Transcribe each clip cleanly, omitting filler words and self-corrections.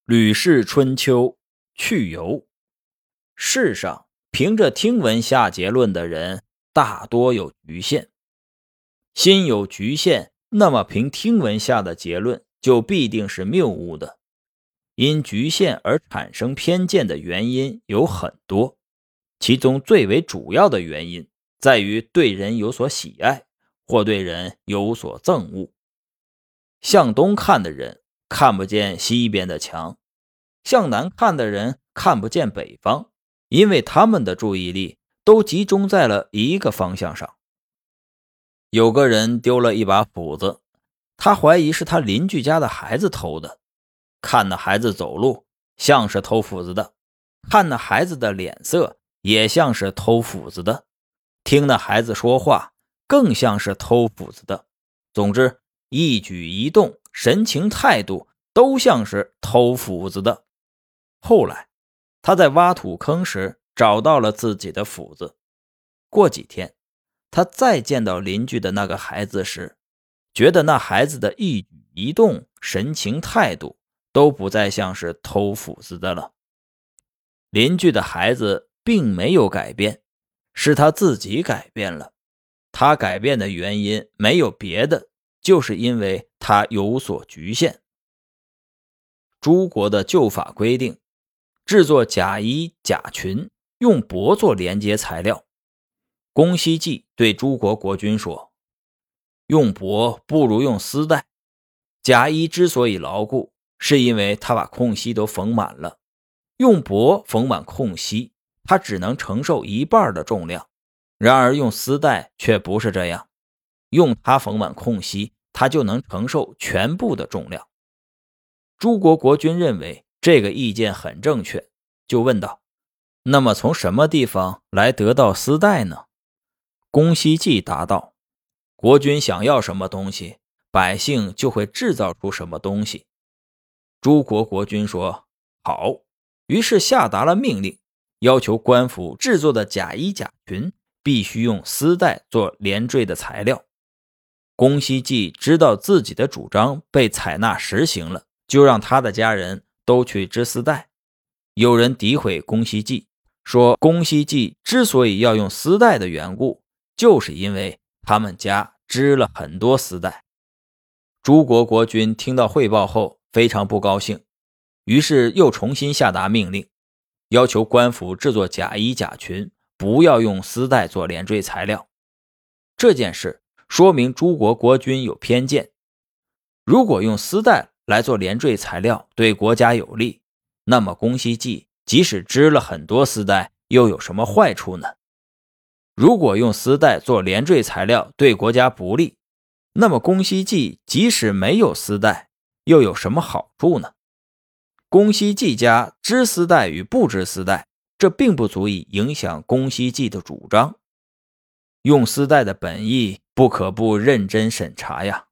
吕氏春秋去由。世上凭着听闻下结论的人大多有局限，心有局限，那么凭听闻下的结论就必定是谬误的。因局限而产生偏见的原因有很多，其中最为主要的原因在于对人有所喜爱，或对人有所憎恶。向东看的人看不见西边的墙，向南看的人看不见北方，因为他们的注意力都集中在了一个方向上。有个人丢了一把斧子，他怀疑是他邻居家的孩子偷的，看那孩子走路像是偷斧子的，看那孩子的脸色也像是偷斧子的，听那孩子说话更像是偷斧子的。总之，一举一动、神情态度都像是偷斧子的。后来，他在挖土坑时找到了自己的斧子。过几天，他再见到邻居的那个孩子时，觉得那孩子的一举一动、神情态度都不再像是偷斧子的了。邻居的孩子并没有改变，是他自己改变了。他改变的原因没有别的，就是因为他有所局限。诸国的旧法规定，制作甲衣、甲裙用帛做连接材料。公西季对诸国国君说，用帛不如用丝带。甲衣之所以牢固，是因为它把空隙都缝满了。用帛缝满空隙，它只能承受一半的重量。然而用丝带却不是这样，用它缝满空隙，它就能承受全部的重量。诸国国君认为这个意见很正确，就问道，那么从什么地方来得到丝带呢？公西季答道，国君想要什么东西，百姓就会制造出什么东西。诸国国君说好，于是下达了命令，要求官府制作的甲衣甲裙必须用丝带做连缀的材料。公西季知道自己的主张被采纳实行了，就让他的家人都去织丝带。有人诋毁公西季，说公西季之所以要用丝带的缘故，就是因为他们家织了很多丝带。诸国国君听到汇报后非常不高兴，于是又重新下达命令，要求官府制作甲衣甲裙不要用丝带做连缀材料。这件事说明诸国国君有偏见。如果用丝带来做连缀材料对国家有利，那么公西季即使织了很多丝带又有什么坏处呢？如果用丝带做连缀材料对国家不利，那么公西季即使没有丝带又有什么好处呢？公西季家织丝带与不织丝带，这并不足以影响公西季的主张。用丝带的本意不可不认真审查呀。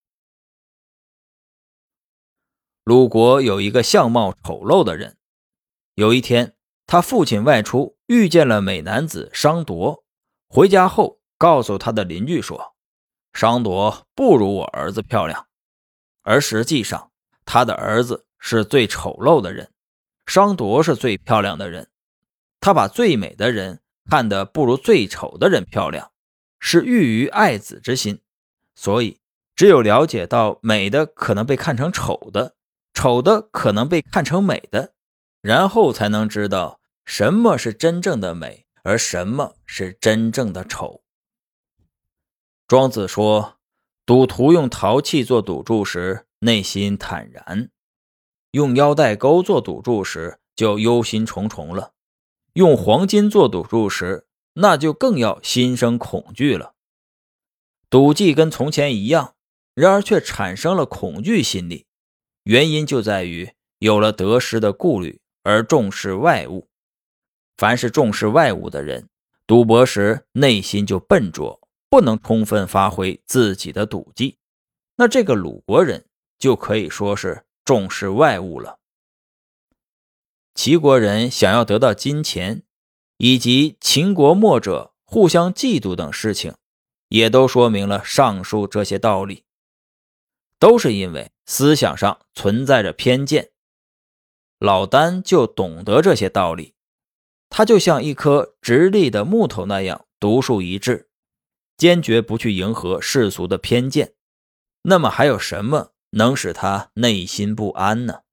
鲁国有一个相貌丑陋的人，有一天他父亲外出遇见了美男子商铎，回家后告诉他的邻居说，商铎不如我儿子漂亮。而实际上他的儿子是最丑陋的人，商铎是最漂亮的人。他把最美的人看得不如最丑的人漂亮，是寓于爱子之心。所以只有了解到美的可能被看成丑的，丑的可能被看成美的，然后才能知道什么是真正的美，而什么是真正的丑。庄子说，赌徒用陶器做赌注时内心坦然，用腰带钩做赌注时就忧心忡忡了，用黄金做赌注时那就更要心生恐惧了。赌技跟从前一样，然而却产生了恐惧心理，原因就在于有了得失的顾虑而重视外物。凡是重视外物的人，赌博时内心就笨拙，不能充分发挥自己的赌技。那这个鲁国人就可以说是重视外物了。齐国人想要得到金钱，以及秦国墨者互相嫉妒等事情，也都说明了上述这些道理，都是因为思想上存在着偏见。 老丹就懂得这些道理，他就像一棵直立的木头那样独树一帜，坚决不去迎合世俗的偏见。那么还有什么能使他内心不安呢？